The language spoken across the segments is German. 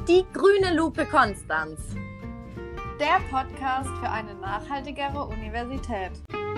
Die grüne Lupe Konstanz. Der Podcast für eine nachhaltigere Universität.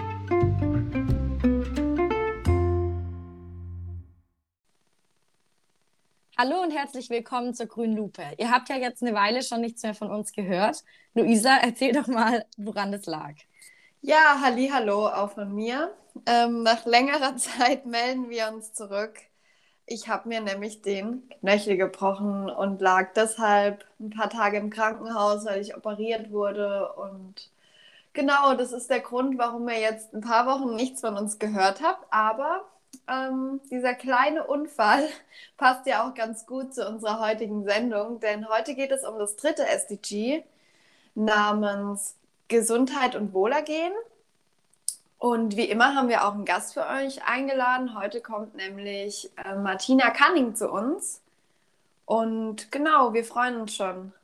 Hallo und herzlich willkommen zur grünen Lupe. Ihr habt ja jetzt eine Weile schon nichts mehr von uns gehört. Luisa, erzähl doch mal, woran das lag. Ja, hallo auch von mir. Nach längerer Zeit melden wir uns zurück. Ich habe mir nämlich den Knöchel gebrochen und lag deshalb ein paar Tage im Krankenhaus, weil ich operiert wurde. Und genau, das ist der Grund, warum ihr jetzt ein paar Wochen nichts von uns gehört habt. Aber dieser kleine Unfall passt ja auch ganz gut zu unserer heutigen Sendung, denn heute geht es um das dritte SDG namens Gesundheit und Wohlergehen. Und wie immer haben wir auch einen Gast für euch eingeladen. Heute kommt nämlich Martina Canning zu uns. Und genau, wir freuen uns schon.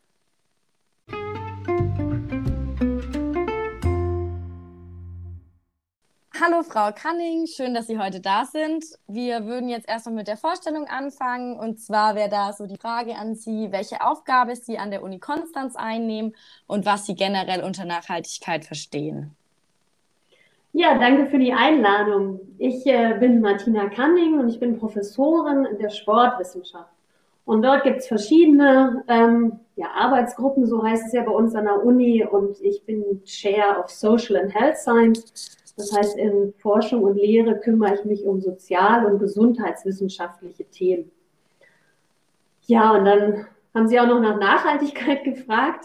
Hallo Frau Canning, schön, dass Sie heute da sind. Wir würden jetzt erstmal mit der Vorstellung anfangen. Und zwar wäre da so die Frage an Sie, welche Aufgabe Sie an der Uni Konstanz einnehmen und was Sie generell unter Nachhaltigkeit verstehen. Ja, danke für die Einladung. Ich bin Martina Canning und ich bin Professorin in der Sportwissenschaft. Und dort gibt es verschiedene Arbeitsgruppen, so heißt es ja bei uns an der Uni. Und ich bin Chair of Social and Health Science. Das heißt, in Forschung und Lehre kümmere ich mich um sozial- und gesundheitswissenschaftliche Themen. Ja, und dann haben Sie auch noch nach Nachhaltigkeit gefragt.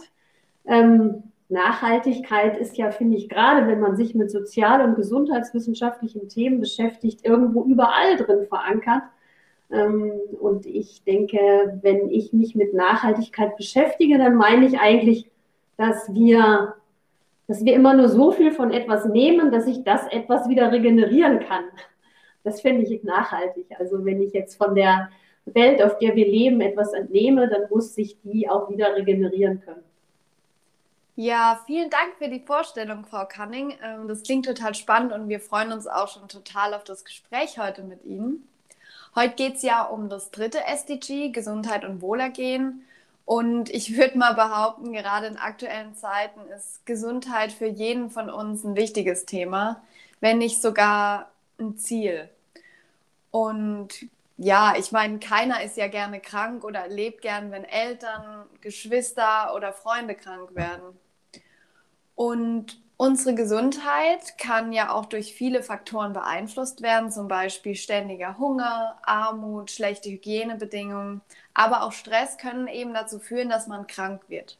Nachhaltigkeit ist ja, finde ich, gerade wenn man sich mit sozial- und gesundheitswissenschaftlichen Themen beschäftigt, irgendwo überall drin verankert. Und ich denke, wenn ich mich mit Nachhaltigkeit beschäftige, dann meine ich eigentlich, dass wir immer nur so viel von etwas nehmen, dass ich das etwas wieder regenerieren kann. Das finde ich nachhaltig. Also wenn ich jetzt von der Welt, auf der wir leben, etwas entnehme, dann muss sich die auch wieder regenerieren können. Ja, vielen Dank für die Vorstellung, Frau Canning. Das klingt total spannend und wir freuen uns auch schon total auf das Gespräch heute mit Ihnen. Heute geht es ja um das dritte SDG, Gesundheit und Wohlergehen. Und ich würde mal behaupten, gerade in aktuellen Zeiten ist Gesundheit für jeden von uns ein wichtiges Thema, wenn nicht sogar ein Ziel. Und ja, ich meine, keiner ist ja gerne krank oder erlebt gern, wenn Eltern, Geschwister oder Freunde krank werden. Und unsere Gesundheit kann ja auch durch viele Faktoren beeinflusst werden, zum Beispiel ständiger Hunger, Armut, schlechte Hygienebedingungen, aber auch Stress können eben dazu führen, dass man krank wird.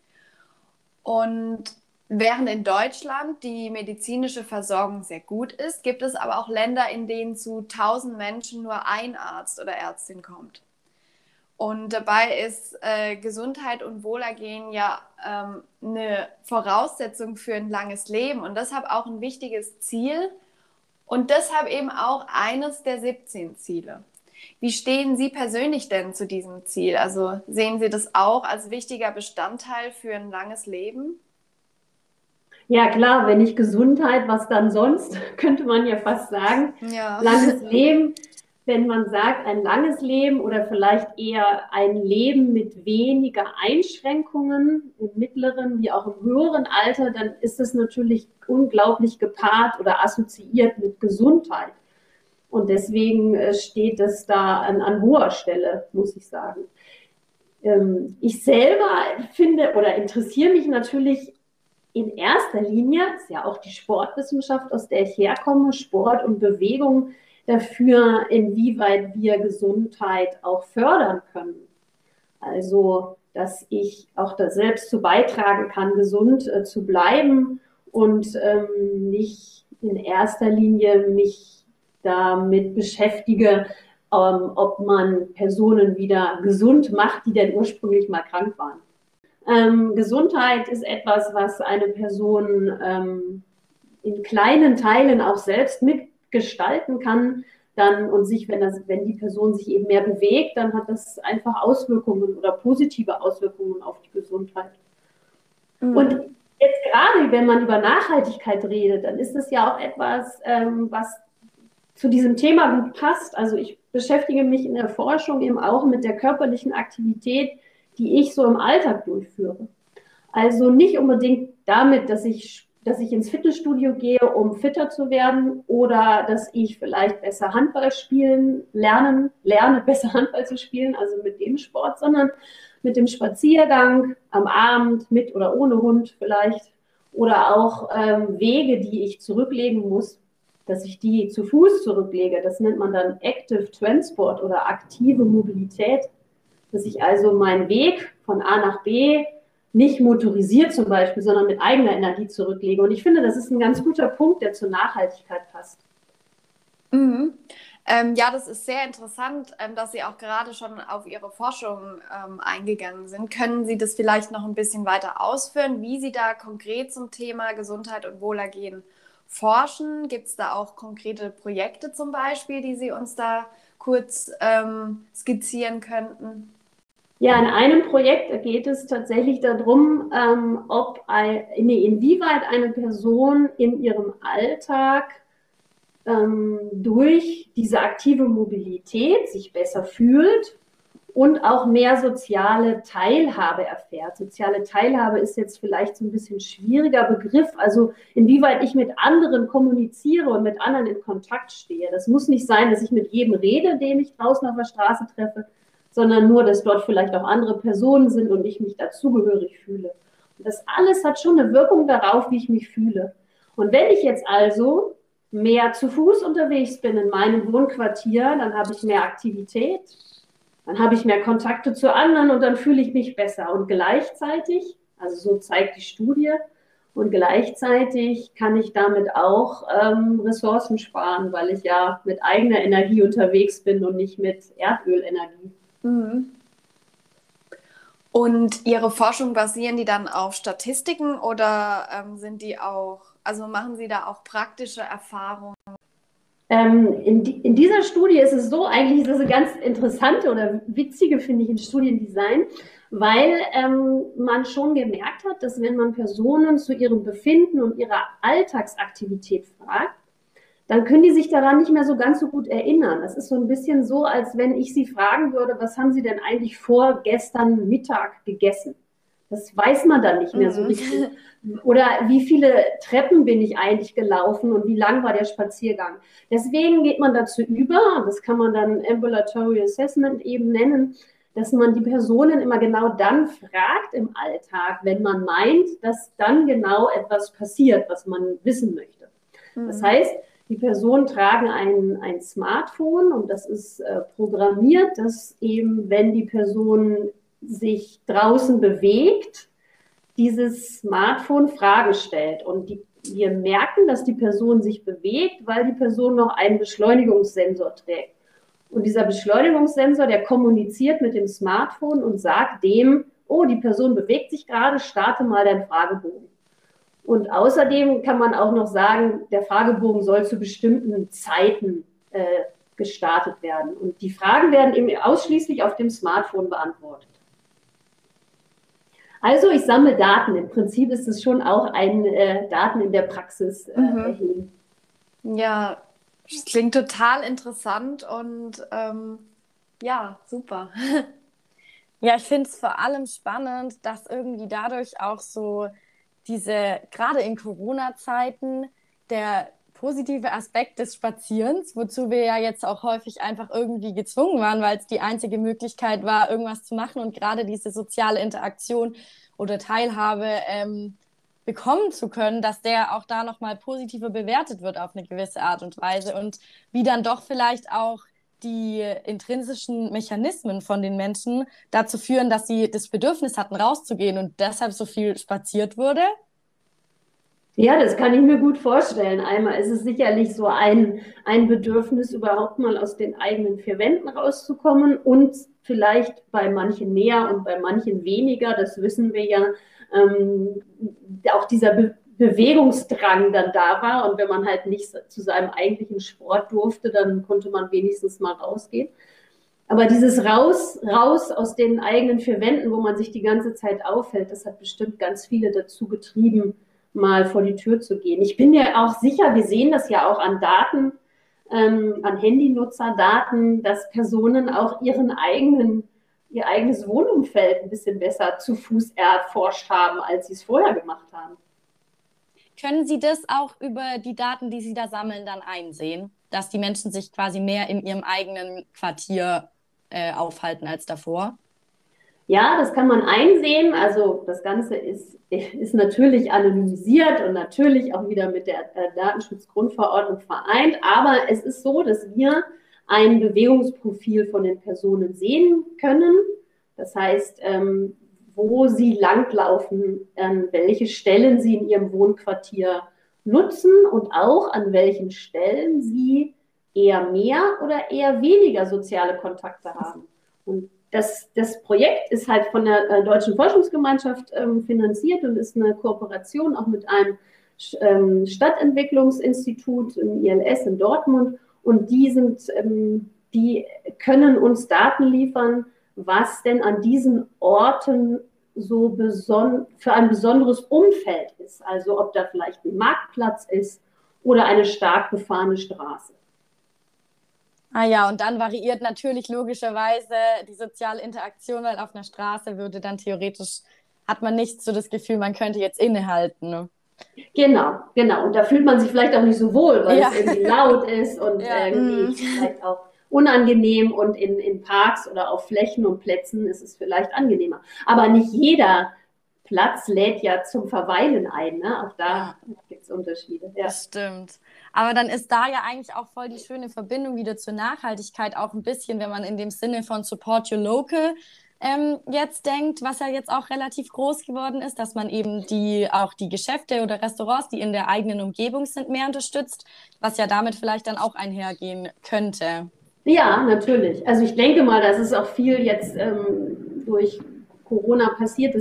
Und während in Deutschland die medizinische Versorgung sehr gut ist, gibt es aber auch Länder, in denen zu 1000 Menschen nur ein Arzt oder Ärztin kommt. Und dabei ist Gesundheit und Wohlergehen ja eine Voraussetzung für ein langes Leben und deshalb auch ein wichtiges Ziel und deshalb eben auch eines der 17 Ziele. Wie stehen Sie persönlich denn zu diesem Ziel? Also sehen Sie das auch als wichtiger Bestandteil für ein langes Leben? Ja klar, wenn nicht Gesundheit, was dann sonst, könnte man ja fast sagen. Ja. Langes Leben, wenn man sagt, ein langes Leben oder vielleicht eher ein Leben mit weniger Einschränkungen im mittleren wie auch im höheren Alter, dann ist es natürlich unglaublich gepaart oder assoziiert mit Gesundheit. Und deswegen steht es da an hoher Stelle, muss ich sagen. Ich selber finde oder interessiere mich natürlich in erster Linie, ist ja auch die Sportwissenschaft, aus der ich herkomme, Sport und Bewegung, dafür, inwieweit wir Gesundheit auch fördern können. Also, dass ich auch da selbst zu beitragen kann, gesund zu bleiben und nicht in erster Linie mich damit beschäftige, ob man Personen wieder gesund macht, die denn ursprünglich mal krank waren. Gesundheit ist etwas, was eine Person in kleinen Teilen auch selbst mitgestalten kann, dann und sich, wenn die Person sich eben mehr bewegt, dann hat das einfach Auswirkungen oder positive Auswirkungen auf die Gesundheit. Mhm. Und jetzt gerade, wenn man über Nachhaltigkeit redet, dann ist es ja auch etwas, was zu diesem Thema gut passt. Also ich beschäftige mich in der Forschung eben auch mit der körperlichen Aktivität die ich so im Alltag durchführe. Also nicht unbedingt damit, dass ich ins Fitnessstudio gehe, um fitter zu werden, oder dass ich vielleicht besser Handball spielen lerne, besser Handball zu spielen, also mit dem Sport, sondern mit dem Spaziergang am Abend, mit oder ohne Hund vielleicht, oder auch Wege, die ich zurücklegen muss, dass ich die zu Fuß zurücklege. Das nennt man dann Active Transport oder aktive Mobilität, dass ich also meinen Weg von A nach B nicht motorisiert zum Beispiel, sondern mit eigener Energie zurücklege. Und ich finde, das ist ein ganz guter Punkt, der zur Nachhaltigkeit passt. Mhm. Ja, das ist sehr interessant, dass Sie auch gerade schon auf Ihre Forschung eingegangen sind. Können Sie das vielleicht noch ein bisschen weiter ausführen, wie Sie da konkret zum Thema Gesundheit und Wohlergehen forschen? Gibt es da auch konkrete Projekte zum Beispiel, die Sie uns da kurz skizzieren könnten? Ja, in einem Projekt geht es tatsächlich darum, inwieweit eine Person in ihrem Alltag durch diese aktive Mobilität sich besser fühlt und auch mehr soziale Teilhabe erfährt. Soziale Teilhabe ist jetzt vielleicht so ein bisschen schwieriger Begriff, also inwieweit ich mit anderen kommuniziere und mit anderen in Kontakt stehe. Das muss nicht sein, dass ich mit jedem rede, den ich draußen auf der Straße treffe, sondern nur, dass dort vielleicht auch andere Personen sind und ich mich dazugehörig fühle. Und das alles hat schon eine Wirkung darauf, wie ich mich fühle. Und wenn ich jetzt also mehr zu Fuß unterwegs bin in meinem Wohnquartier, dann habe ich mehr Aktivität, dann habe ich mehr Kontakte zu anderen und dann fühle ich mich besser. Und gleichzeitig, also so zeigt die Studie, und gleichzeitig kann ich damit auch Ressourcen sparen, weil ich ja mit eigener Energie unterwegs bin und nicht mit Erdölenergie. Mhm. Und Ihre Forschung, basieren die dann auf Statistiken oder sind die auch, also machen Sie da auch praktische Erfahrungen? In dieser Studie ist es so, eigentlich ist das eine ganz interessante oder witzige, finde ich, in Studiendesign, weil man schon gemerkt hat, dass wenn man Personen zu ihrem Befinden und ihrer Alltagsaktivität fragt, dann können die sich daran nicht mehr so ganz so gut erinnern. Das ist so ein bisschen so, als wenn ich sie fragen würde, was haben Sie denn eigentlich vorgestern Mittag gegessen? Das weiß man dann nicht mehr so richtig. Oder wie viele Treppen bin ich eigentlich gelaufen und wie lang war der Spaziergang? Deswegen geht man dazu über, das kann man dann Ambulatory Assessment eben nennen, dass man die Personen immer genau dann fragt im Alltag, wenn man meint, dass dann genau etwas passiert, was man wissen möchte. Das heißt, die Personen tragen ein Smartphone und das ist programmiert, dass eben, wenn die Person sich draußen bewegt, dieses Smartphone Fragen stellt. Und wir merken, dass die Person sich bewegt, weil die Person noch einen Beschleunigungssensor trägt. Und dieser Beschleunigungssensor, der kommuniziert mit dem Smartphone und sagt dem, oh, die Person bewegt sich gerade, starte mal deinen Fragebogen. Und außerdem kann man auch noch sagen, der Fragebogen soll zu bestimmten Zeiten gestartet werden. Und die Fragen werden eben ausschließlich auf dem Smartphone beantwortet. Also ich sammle Daten. Im Prinzip ist es schon auch ein Daten in der Praxis erheben. Ja, das klingt total interessant und ja, super. Ja, ich finde es vor allem spannend, dass irgendwie dadurch auch so gerade in Corona-Zeiten, der positive Aspekt des Spazierens, wozu wir ja jetzt auch häufig einfach irgendwie gezwungen waren, weil es die einzige Möglichkeit war, irgendwas zu machen und gerade diese soziale Interaktion oder Teilhabe bekommen zu können, dass der auch da nochmal positiver bewertet wird auf eine gewisse Art und Weise und wie dann doch vielleicht auch die intrinsischen Mechanismen von den Menschen dazu führen, dass sie das Bedürfnis hatten, rauszugehen und deshalb so viel spaziert wurde? Ja, das kann ich mir gut vorstellen. Einmal ist es sicherlich so ein Bedürfnis, überhaupt mal aus den eigenen vier Wänden rauszukommen und vielleicht bei manchen mehr und bei manchen weniger, das wissen wir ja, auch dieser Bewegungsdrang dann da war. Und wenn man halt nicht zu seinem eigentlichen Sport durfte, dann konnte man wenigstens mal rausgehen. Aber dieses raus aus den eigenen vier Wänden, wo man sich die ganze Zeit aufhält, das hat bestimmt ganz viele dazu getrieben, mal vor die Tür zu gehen. Ich bin mir auch sicher, wir sehen das ja auch an Daten, an Handynutzerdaten, dass Personen auch ihren eigenen ihr eigenes Wohnumfeld ein bisschen besser zu Fuß erforscht haben, als sie es vorher gemacht haben. Können Sie das auch über die Daten, die Sie da sammeln, dann einsehen, dass die Menschen sich quasi mehr in ihrem eigenen Quartier aufhalten als davor? Ja, das kann man einsehen. Also das Ganze ist natürlich anonymisiert und natürlich auch wieder mit der Datenschutzgrundverordnung vereint. Aber es ist so, dass wir ein Bewegungsprofil von den Personen sehen können. Das heißt, wo sie langlaufen, welche Stellen sie in ihrem Wohnquartier nutzen und auch an welchen Stellen sie eher mehr oder eher weniger soziale Kontakte haben. Und das Projekt ist halt von der Deutschen Forschungsgemeinschaft finanziert und ist eine Kooperation auch mit einem Stadtentwicklungsinstitut im ILS in Dortmund. Und die können uns Daten liefern, was denn an diesen Orten so für ein besonderes Umfeld ist. Also ob da vielleicht ein Marktplatz ist oder eine stark befahrene Straße. Ah ja, und dann variiert natürlich logischerweise die soziale Interaktion, weil auf einer Straße würde dann theoretisch, hat man nicht so das Gefühl, man könnte jetzt innehalten. Ne? Genau. Und da fühlt man sich vielleicht auch nicht so wohl, weil es irgendwie laut ist und irgendwie vielleicht auch unangenehm, und in Parks oder auf Flächen und Plätzen ist es vielleicht angenehmer. Aber nicht jeder Platz lädt ja zum Verweilen ein, ne? Auch da gibt es Unterschiede. Ja. Das stimmt. Aber dann ist da ja eigentlich auch voll die schöne Verbindung wieder zur Nachhaltigkeit, auch ein bisschen, wenn man in dem Sinne von Support Your Local jetzt denkt, was ja jetzt auch relativ groß geworden ist, dass man eben auch die Geschäfte oder Restaurants, die in der eigenen Umgebung sind, mehr unterstützt, was ja damit vielleicht dann auch einhergehen könnte. Ja, natürlich. Also ich denke mal, dass es auch viel jetzt durch Corona passiert,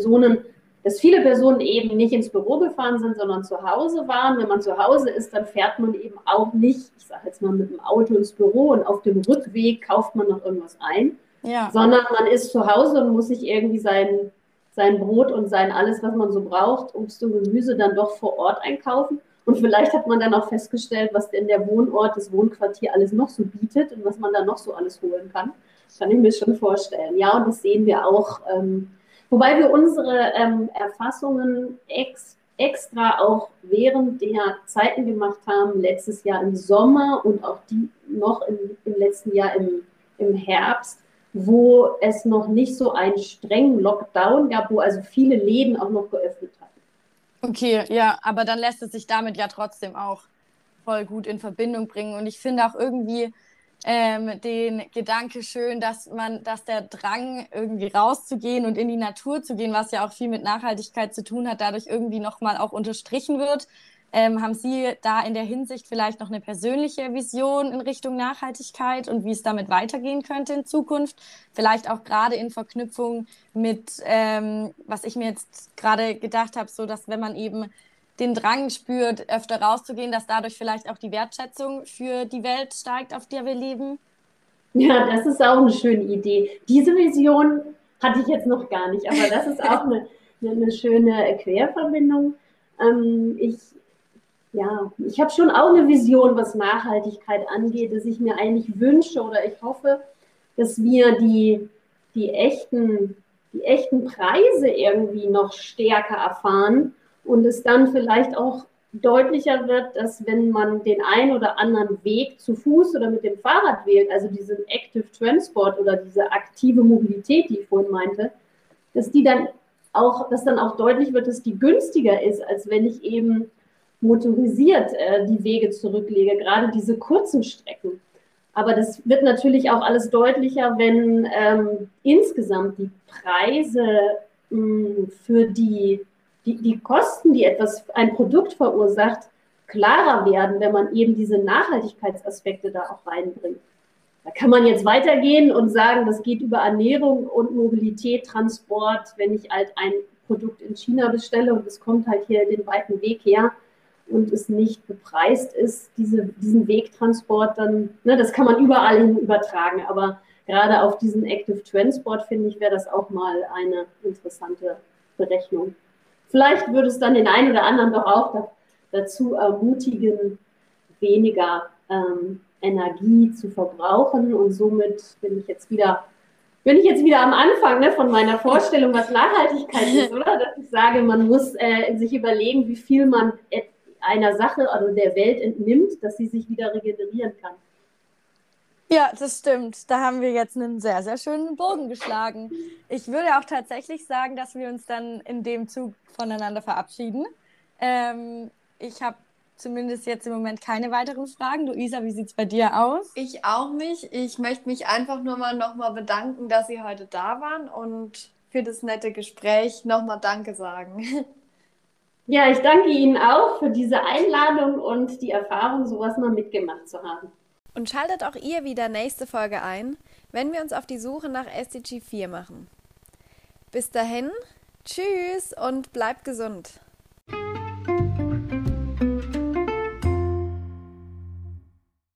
dass viele Personen eben nicht ins Büro gefahren sind, sondern zu Hause waren. Wenn man zu Hause ist, dann fährt man eben auch nicht, ich sage jetzt mal, mit dem Auto ins Büro und auf dem Rückweg kauft man noch irgendwas ein, sondern man ist zu Hause und muss sich irgendwie sein Brot und sein alles, was man so braucht, Obst und Gemüse, dann doch vor Ort einkaufen. Und vielleicht hat man dann auch festgestellt, was denn der Wohnort, das Wohnquartier alles noch so bietet und was man da noch so alles holen kann. Kann ich mir schon vorstellen. Ja, und das sehen wir auch. Wobei wir unsere Erfassungen extra auch während der Zeiten gemacht haben, letztes Jahr im Sommer und auch die noch im letzten Jahr im Herbst, wo es noch nicht so einen strengen Lockdown gab, wo also viele Läden auch noch geöffnet hatten. Okay, ja, aber dann lässt es sich damit ja trotzdem auch voll gut in Verbindung bringen. Und ich finde auch irgendwie den Gedanke schön, dass der Drang, irgendwie rauszugehen und in die Natur zu gehen, was ja auch viel mit Nachhaltigkeit zu tun hat, dadurch irgendwie nochmal auch unterstrichen wird. Haben Sie da in der Hinsicht vielleicht noch eine persönliche Vision in Richtung Nachhaltigkeit und wie es damit weitergehen könnte in Zukunft? Vielleicht auch gerade in Verknüpfung mit, was ich mir jetzt gerade gedacht habe, so dass wenn man eben den Drang spürt, öfter rauszugehen, dass dadurch vielleicht auch die Wertschätzung für die Welt steigt, auf der wir leben? Ja, das ist auch eine schöne Idee. Diese Vision hatte ich jetzt noch gar nicht, aber das ist auch eine schöne Querverbindung. Ich habe schon auch eine Vision, was Nachhaltigkeit angeht, dass ich mir eigentlich wünsche oder ich hoffe, dass wir die echten Preise irgendwie noch stärker erfahren und es dann vielleicht auch deutlicher wird, dass wenn man den einen oder anderen Weg zu Fuß oder mit dem Fahrrad wählt, also diesen Active Transport oder diese aktive Mobilität, die ich vorhin meinte, dass dann auch deutlich wird, dass die günstiger ist, als wenn ich eben motorisiert die Wege zurücklege, gerade diese kurzen Strecken. Aber das wird natürlich auch alles deutlicher, wenn insgesamt die Preise für die Kosten, die ein Produkt verursacht, klarer werden, wenn man eben diese Nachhaltigkeitsaspekte da auch reinbringt. Da kann man jetzt weitergehen und sagen, das geht über Ernährung und Mobilität, Transport. Wenn ich halt ein Produkt in China bestelle und es kommt halt hier den weiten Weg her und es nicht bepreist ist, diesen Wegtransport, dann, das kann man überall hin übertragen. Aber gerade auf diesen Active Transport, finde ich, wäre das auch mal eine interessante Berechnung. Vielleicht würde es dann den einen oder anderen doch auch dazu ermutigen, weniger Energie zu verbrauchen und somit bin ich jetzt wieder bin ich jetzt wieder am Anfang, ne, von meiner Vorstellung, was Nachhaltigkeit ist, oder? Dass ich sage, man muss sich überlegen, wie viel man einer Sache oder der Welt entnimmt, dass sie sich wieder regenerieren kann. Ja, das stimmt. Da haben wir jetzt einen sehr, sehr schönen Bogen geschlagen. Ich würde auch tatsächlich sagen, dass wir uns dann in dem Zug voneinander verabschieden. Ich habe zumindest jetzt im Moment keine weiteren Fragen. Luisa, wie sieht es bei dir aus? Ich auch nicht. Ich möchte mich einfach nur mal nochmal bedanken, dass Sie heute da waren und für das nette Gespräch nochmal Danke sagen. Ja, ich danke Ihnen auch für diese Einladung und die Erfahrung, sowas mal mitgemacht zu haben. Und schaltet auch ihr wieder nächste Folge ein, wenn wir uns auf die Suche nach SDG 4 machen. Bis dahin, tschüss und bleibt gesund.